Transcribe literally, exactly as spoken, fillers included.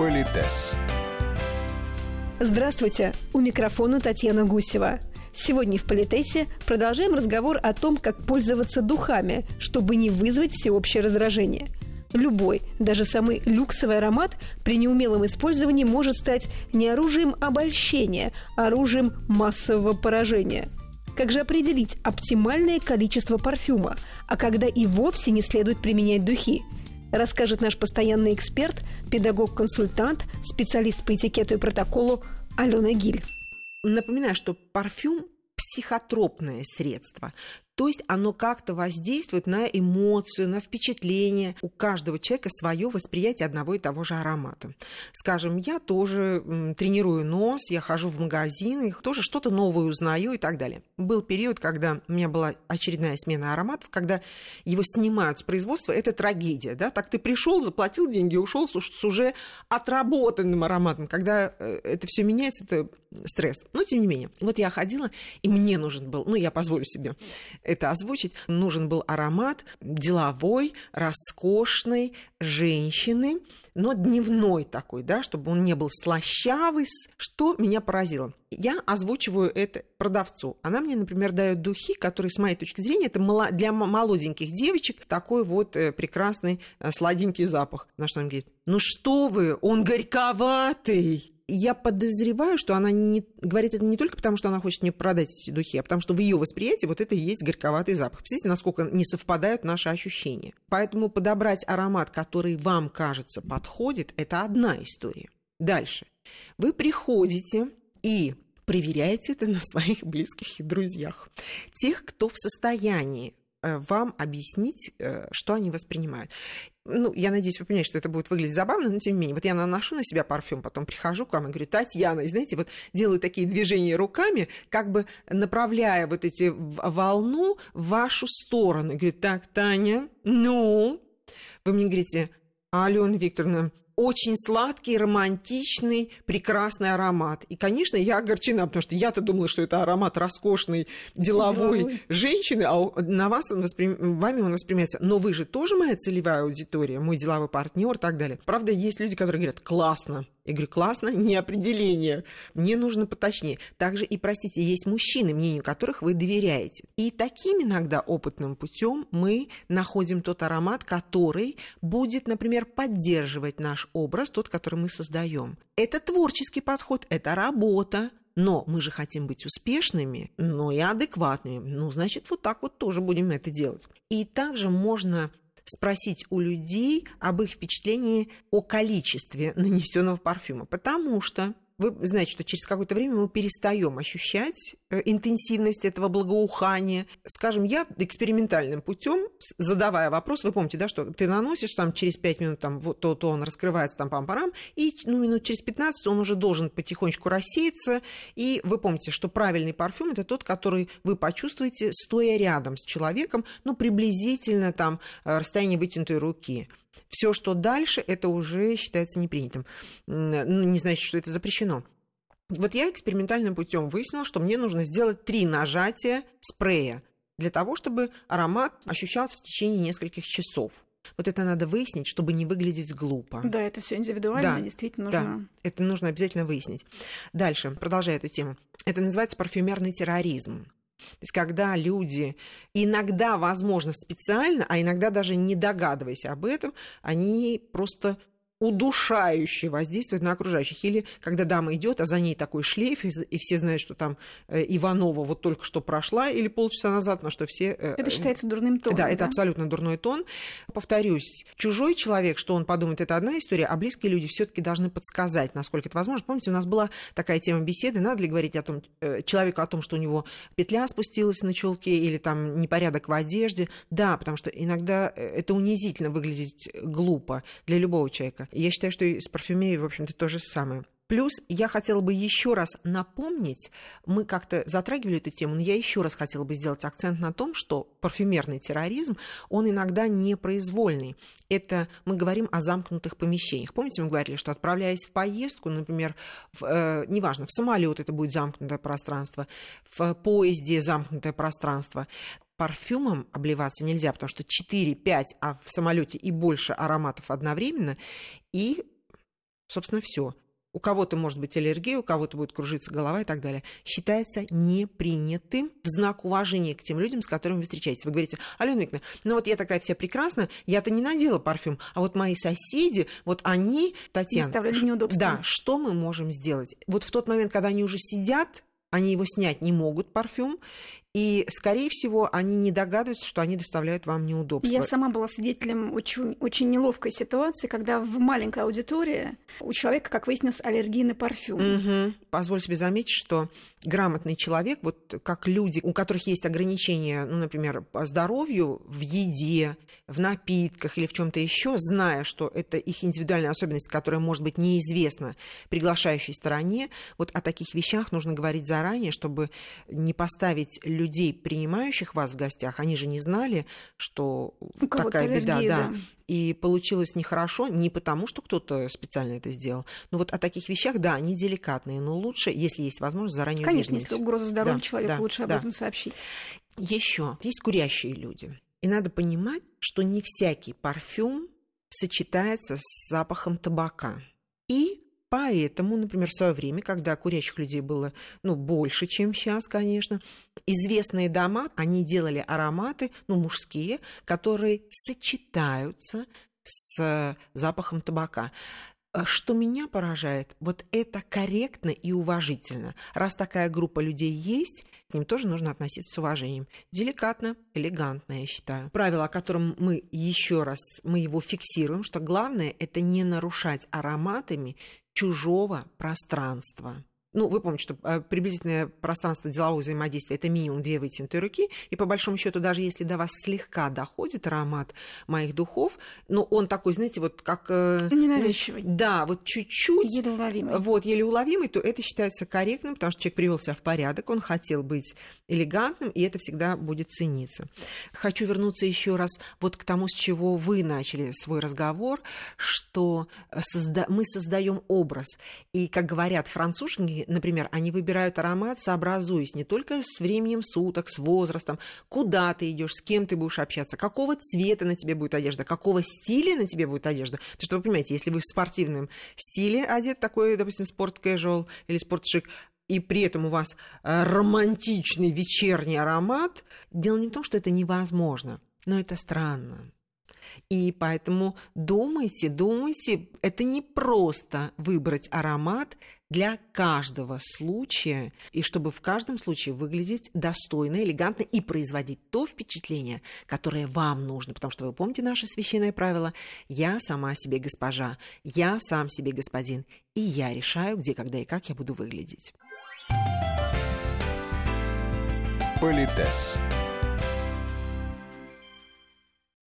Политес. Здравствуйте, у микрофона Татьяна Гусева. Сегодня в Политесе продолжаем разговор о том, как пользоваться духами, чтобы не вызвать всеобщее раздражение. Любой, даже самый люксовый аромат при неумелом использовании может стать не оружием обольщения, а оружием массового поражения. Как же определить оптимальное количество парфюма, а когда и вовсе не следует применять духи? Расскажет наш постоянный эксперт, педагог-консультант, специалист по этикету и протоколу Алена Гиль. Напоминаю, что парфюм – психотропное средство. То есть оно как-то воздействует на эмоцию, на впечатление. У каждого человека свое восприятие одного и того же аромата. Скажем, я тоже м, тренирую нос, я хожу в магазины, тоже что-то новое узнаю и так далее. Был период, когда у меня была очередная смена ароматов, когда его снимают с производства, это трагедия. Да? Так ты пришел, заплатил деньги, ушел с, с уже отработанным ароматом. Когда э, это все меняется, это стресс. Но тем не менее, вот я ходила, и мне нужен был, ну я позволю себе это озвучить, нужен был аромат деловой, роскошной женщины, но дневной такой, да, чтобы он не был слащавый. Что меня поразило? Я озвучиваю это продавцу. Она мне, например, дает духи, которые, с моей точки зрения, это для молоденьких девочек такой вот прекрасный сладенький запах. На что она говорит: ну что вы, он горьковатый. Я подозреваю, что она не говорит это не только потому, что она хочет мне продать эти духи, а потому что в ее восприятии вот это и есть горьковатый запах. Представляете, насколько не совпадают наши ощущения. Поэтому подобрать аромат, который вам, кажется, подходит, это одна история. Дальше. Вы приходите и проверяете это на своих близких и друзьях. Тех, кто в состоянии вам объяснить, что они воспринимают. Ну, я надеюсь, вы понимаете, что это будет выглядеть забавно, но тем не менее. Вот я наношу на себя парфюм, потом прихожу к вам и говорю: Татьяна, и знаете, вот делаю такие движения руками, как бы направляя вот эти волну в вашу сторону. И говорю: так, Таня, ну? Вы мне говорите: Алена Викторовна, очень сладкий, романтичный, прекрасный аромат. И, конечно, я огорчена, потому что я-то думала, что это аромат роскошной, деловой, деловой. женщины, а на вас он восприм... вами он воспринимается. Но вы же тоже моя целевая аудитория, мой деловой партнер и так далее. Правда, есть люди, которые говорят: классно. Я говорю: классно, не определение. Мне нужно поточнее. Также и, простите, есть мужчины, мнению которых вы доверяете. И таким иногда опытным путем мы находим тот аромат, который будет, например, поддерживать наш образ, тот, который мы создаем. Это творческий подход, это работа. Но мы же хотим быть успешными, но и адекватными. Ну, значит, вот так вот тоже будем это делать. И также можно спросить у людей об их впечатлении о количестве нанесенного парфюма, потому что вы знаете, что через какое-то время мы перестаем ощущать интенсивность этого благоухания. Скажем, я экспериментальным путем, задавая вопрос, вы помните, да, что ты наносишь, там через пять минут там, вот, то, то он раскрывается там пам-парам, и ну, минут через пятнадцать он уже должен потихонечку рассеяться. И вы помните, что правильный парфюм – это тот, который вы почувствуете, стоя рядом с человеком, ну, приблизительно там расстояние вытянутой руки. Все, что дальше, это уже считается непринятым. Ну, не значит, что это запрещено. Вот я экспериментальным путем выяснила, что мне нужно сделать три нажатия спрея для того, чтобы аромат ощущался в течение нескольких часов. Вот это надо выяснить, чтобы не выглядеть глупо. Да, это все индивидуально, да, действительно нужно. Да, это нужно обязательно выяснить. Дальше, продолжая эту тему. Это называется парфюмерный терроризм. То есть когда люди, иногда, возможно, специально, а иногда даже не догадываясь об этом, они просто удушающе воздействует на окружающих. Или когда дама идет, а за ней такой шлейф, и все знают, что там Иванова вот только что прошла, или полчаса назад, на что все... Это считается дурным тоном. Да, да? это абсолютно дурной тон. Повторюсь, чужой человек, что он подумает, это одна история, а близкие люди все-таки должны подсказать, насколько это возможно. Помните, у нас была такая тема беседы, надо ли говорить о том, человеку о том, что у него петля спустилась на чулке, или там непорядок в одежде. Да, потому что иногда это унизительно выглядит глупо для любого человека. Я считаю, что и с парфюмерией, в общем-то, то же самое. Плюс я хотела бы еще раз напомнить, мы как-то затрагивали эту тему, но я еще раз хотела бы сделать акцент на том, что парфюмерный терроризм, он иногда непроизвольный. Это мы говорим о замкнутых помещениях. Помните, мы говорили, что отправляясь в поездку, например, в, э, неважно, в самолет это будет замкнутое пространство, в поезде замкнутое пространство, парфюмом обливаться нельзя, потому что четыре-пять, а в самолете и больше ароматов одновременно, и Собственно, все. У кого-то может быть аллергия, у кого-то будет кружиться голова и так далее. Считается непринятым в знак уважения к тем людям, с которыми вы встречаетесь. Вы говорите: Алена Викторовна, ну вот я такая вся прекрасная, я-то не надела парфюм, а вот мои соседи, вот они, Татьяна... Доставляли неудобства. Да, что мы можем сделать? Вот в тот момент, когда они уже сидят, они его снять не могут, парфюм, и, скорее всего, они не догадываются, что они доставляют вам неудобства. Я сама была свидетелем очень, очень неловкой ситуации, когда в маленькой аудитории у человека, как выяснилось, аллергия на парфюм. Угу. Позволь себе заметить, что грамотный человек, вот как люди, у которых есть ограничения, ну, например, по здоровью в еде, в напитках или в чем-то еще, зная, что это их индивидуальная особенность, которая может быть неизвестна приглашающей стороне, вот о таких вещах нужно говорить заранее, чтобы не поставить людей, принимающих вас в гостях, они же не знали, что такая беда, аллергия, да. да. И получилось нехорошо не потому, что кто-то специально это сделал, но вот о таких вещах, да, они деликатные, но лучше, если есть возможность, заранее Конечно, уведомить. если угроза здоровью Да, человека, да, лучше об да. этом сообщить. Еще есть курящие люди. И надо понимать, что не всякий парфюм сочетается с запахом табака. И поэтому, например, в свое время, когда курящих людей было, ну, больше, чем сейчас, конечно, известные дома, они делали ароматы, ну, мужские, которые сочетаются с запахом табака. Что меня поражает, вот это корректно и уважительно. Раз такая группа людей есть, к ним тоже нужно относиться с уважением. Деликатно, элегантно, я считаю. Правило, о котором мы еще раз, мы его фиксируем, что главное – это не нарушать ароматами чужого пространства. Ну, вы помните, что приблизительное пространство делового взаимодействия – это минимум две вытянутые руки, и по большому счету, даже если до вас слегка доходит аромат моих духов, но он такой, знаете, вот как… Ненавязчивый. Да, вот чуть-чуть… Еле уловимый. Вот, еле уловимый, то это считается корректным, потому что человек привел себя в порядок, он хотел быть элегантным, и это всегда будет цениться. Хочу вернуться еще раз вот к тому, с чего вы начали свой разговор, что созда... мы создаем образ. И, как говорят француженки, например, они выбирают аромат, сообразуясь не только с временем суток, с возрастом, куда ты идешь, с кем ты будешь общаться, какого цвета на тебе будет одежда, какого стиля на тебе будет одежда. Потому что вы понимаете, если вы в спортивном стиле одет, такой, допустим, спорт-кэжуал или спорт-шик, и при этом у вас романтичный вечерний аромат, дело не в том, что это невозможно, но это странно. И поэтому думайте, думайте, это не просто выбрать аромат для каждого случая, и чтобы в каждом случае выглядеть достойно, элегантно и производить то впечатление, которое вам нужно. Потому что вы помните наше священное правило: «Я сама себе госпожа, я сам себе господин, и я решаю, где, когда и как я буду выглядеть». Политес.